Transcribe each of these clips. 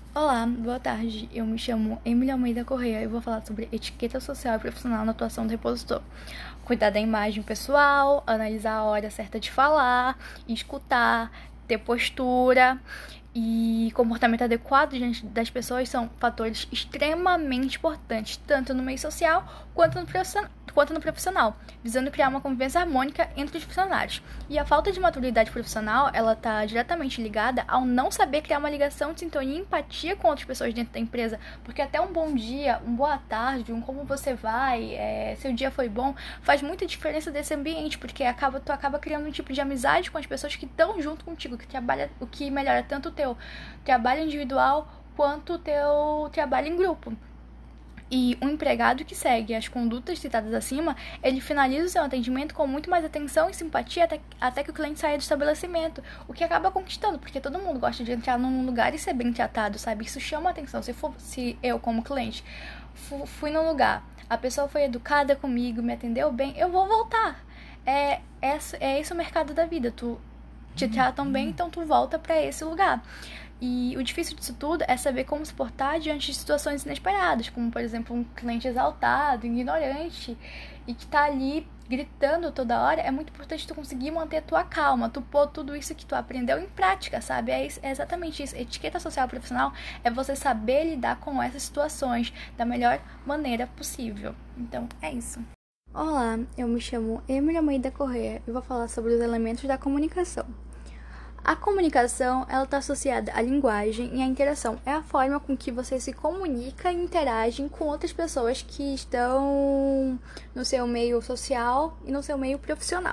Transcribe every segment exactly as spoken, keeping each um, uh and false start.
Olá, boa tarde. Eu me chamo Emília Almeida Correia e vou falar sobre etiqueta social e profissional na atuação do repositor. Cuidar da imagem pessoal, analisar a hora certa de falar, escutar, ter postura e comportamento adequado diante das pessoas são fatores extremamente importantes, tanto no meio social quanto no profissional, quanto no profissional, visando criar uma convivência harmônica entre os funcionários. E a falta de maturidade profissional, ela está diretamente ligada ao não saber criar uma ligação de sintonia e empatia com outras pessoas dentro da empresa, porque até um bom dia, um boa tarde, um como você vai, é, seu dia foi bom, faz muita diferença desse ambiente, porque acaba, tu acaba criando um tipo de amizade com as pessoas que estão junto contigo, que trabalha, o que melhora tanto o teu trabalho individual quanto o teu trabalho em grupo. E um empregado que segue as condutas citadas acima, ele finaliza o seu atendimento com muito mais atenção e simpatia até, até que o cliente saia do estabelecimento, o que acaba conquistando, porque todo mundo gosta de entrar num lugar e ser bem tratado, sabe? Isso chama atenção. Se, for, se eu, como cliente, fui num lugar, a pessoa foi educada comigo, me atendeu bem, eu vou voltar. É, é, é esse o mercado da vida. Tu te tratam bem, então tu volta para esse lugar. E o difícil disso tudo é saber como se portar diante de situações inesperadas, como, por exemplo, um cliente exaltado, ignorante, e que tá ali gritando toda hora. É muito importante tu conseguir manter a tua calma, tu pôr tudo isso que tu aprendeu em prática, sabe? É, isso, é exatamente isso. Etiqueta social profissional é você saber lidar com essas situações da melhor maneira possível. Então, é isso. Olá, eu me chamo Emília Almeida Correia e vou falar sobre os elementos da comunicação. A comunicação, ela está associada à linguagem e à interação. É a forma com que você se comunica e interage com outras pessoas que estão no seu meio social e no seu meio profissional.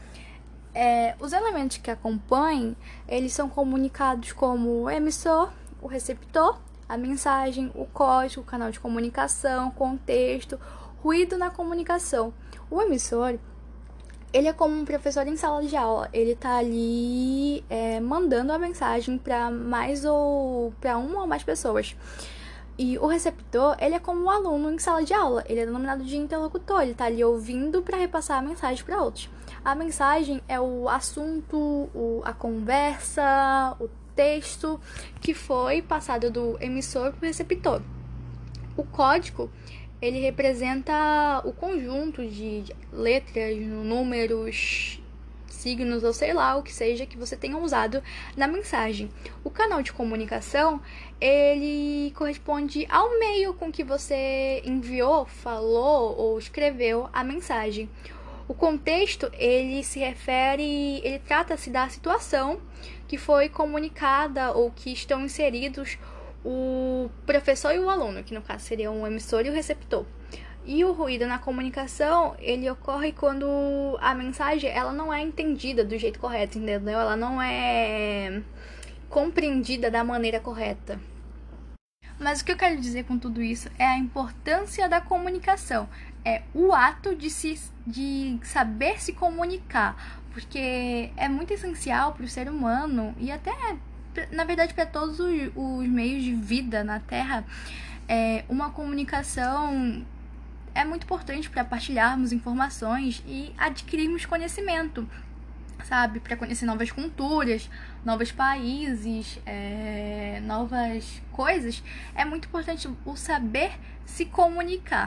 É, os elementos que acompanham, eles são comunicados como o emissor, o receptor, a mensagem, o código, o canal de comunicação, contexto, ruído na comunicação. O emissor, ele é como um professor em sala de aula. Ele tá ali é, mandando a mensagem para mais ou para uma ou mais pessoas. E o receptor, ele é como um aluno em sala de aula. Ele é denominado de interlocutor. Ele tá ali ouvindo para repassar a mensagem para outros. A mensagem é o assunto, o, a conversa, o texto que foi passado do emissor para o receptor. O código, ele representa o conjunto de letras, números, signos ou sei lá o que seja que você tenha usado na mensagem. O canal de comunicação, ele corresponde ao meio com que você enviou, falou ou escreveu a mensagem. O contexto, ele se refere, ele trata-se da situação que foi comunicada ou que estão inseridos o professor e o aluno, que no caso seriam o emissor e o receptor. E o ruído na comunicação, ele ocorre quando a mensagem ela não é entendida do jeito correto, entendeu? Ela não é compreendida da maneira correta. Mas o que eu quero dizer com tudo isso é a importância da comunicação. É o ato de, se, de saber se comunicar, porque é muito essencial para o ser humano e até, na verdade, para todos os, os meios de vida na Terra, é, uma comunicação é muito importante para partilharmos informações e adquirirmos conhecimento, sabe? Para conhecer novas culturas, novos países, é, novas coisas. É muito importante o saber se comunicar.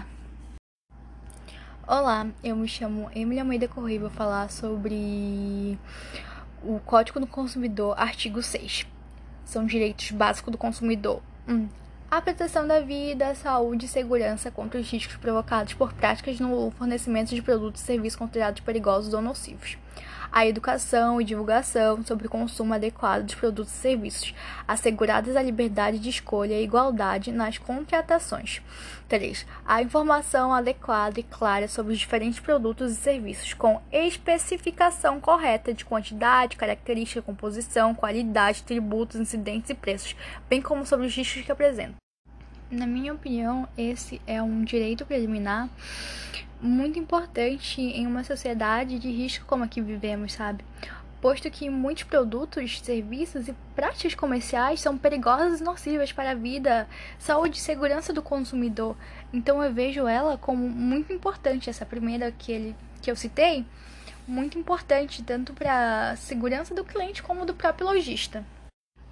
Olá, eu me chamo Emília Almeida Correia e vou falar sobre o Código do Consumidor, artigo seis. São direitos básicos do consumidor. Hum. A proteção da vida, saúde e segurança contra os riscos provocados por práticas no fornecimento de produtos e serviços considerados perigosos ou nocivos. A educação e divulgação sobre o consumo adequado dos produtos e serviços, asseguradas a liberdade de escolha e igualdade nas contratações. três. A informação adequada e clara sobre os diferentes produtos e serviços, com especificação correta de quantidade, característica, composição, qualidade, tributos, incidentes e preços, bem como sobre os riscos que apresentam. Na minha opinião, esse é um direito preliminar muito importante em uma sociedade de risco como a que vivemos, sabe? Posto que muitos produtos, serviços e práticas comerciais são perigosos e nocivas para a vida, saúde e segurança do consumidor. Então eu vejo ela como muito importante, essa primeira que, ele, que eu citei, muito importante tanto para a segurança do cliente como do próprio lojista.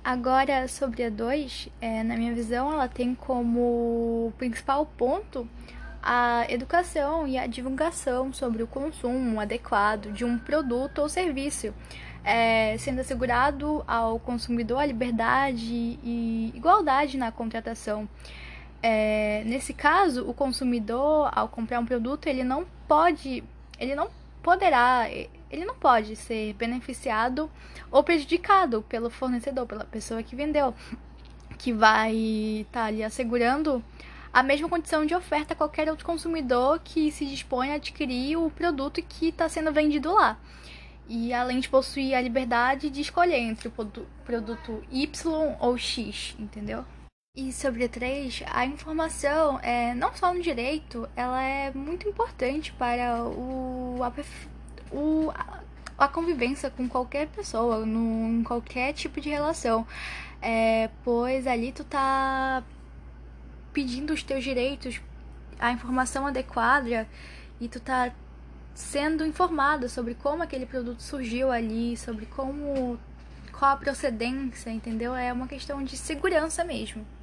Agora, sobre a dois, é, na minha visão, ela tem como principal ponto a educação e a divulgação sobre o consumo adequado de um produto ou serviço, é, sendo assegurado ao consumidor a liberdade e igualdade na contratação. É, nesse caso, o consumidor, ao comprar um produto, ele não pode, ele não poderá, ele não pode ser beneficiado ou prejudicado pelo fornecedor, pela pessoa que vendeu, que vai estar tá ali assegurando a mesma condição de oferta a qualquer outro consumidor que se dispõe a adquirir o produto que está sendo vendido lá. E além de possuir a liberdade de escolher entre o produto Y ou X, entendeu? E sobre a três, a informação, é, não só no direito, ela é muito importante para o, a, o, a convivência com qualquer pessoa, no, em qualquer tipo de relação. É, pois ali tu tá pedindo os teus direitos, a informação adequada, e tu tá sendo informado sobre como aquele produto surgiu ali, sobre como, qual a procedência, entendeu? É uma questão de segurança mesmo.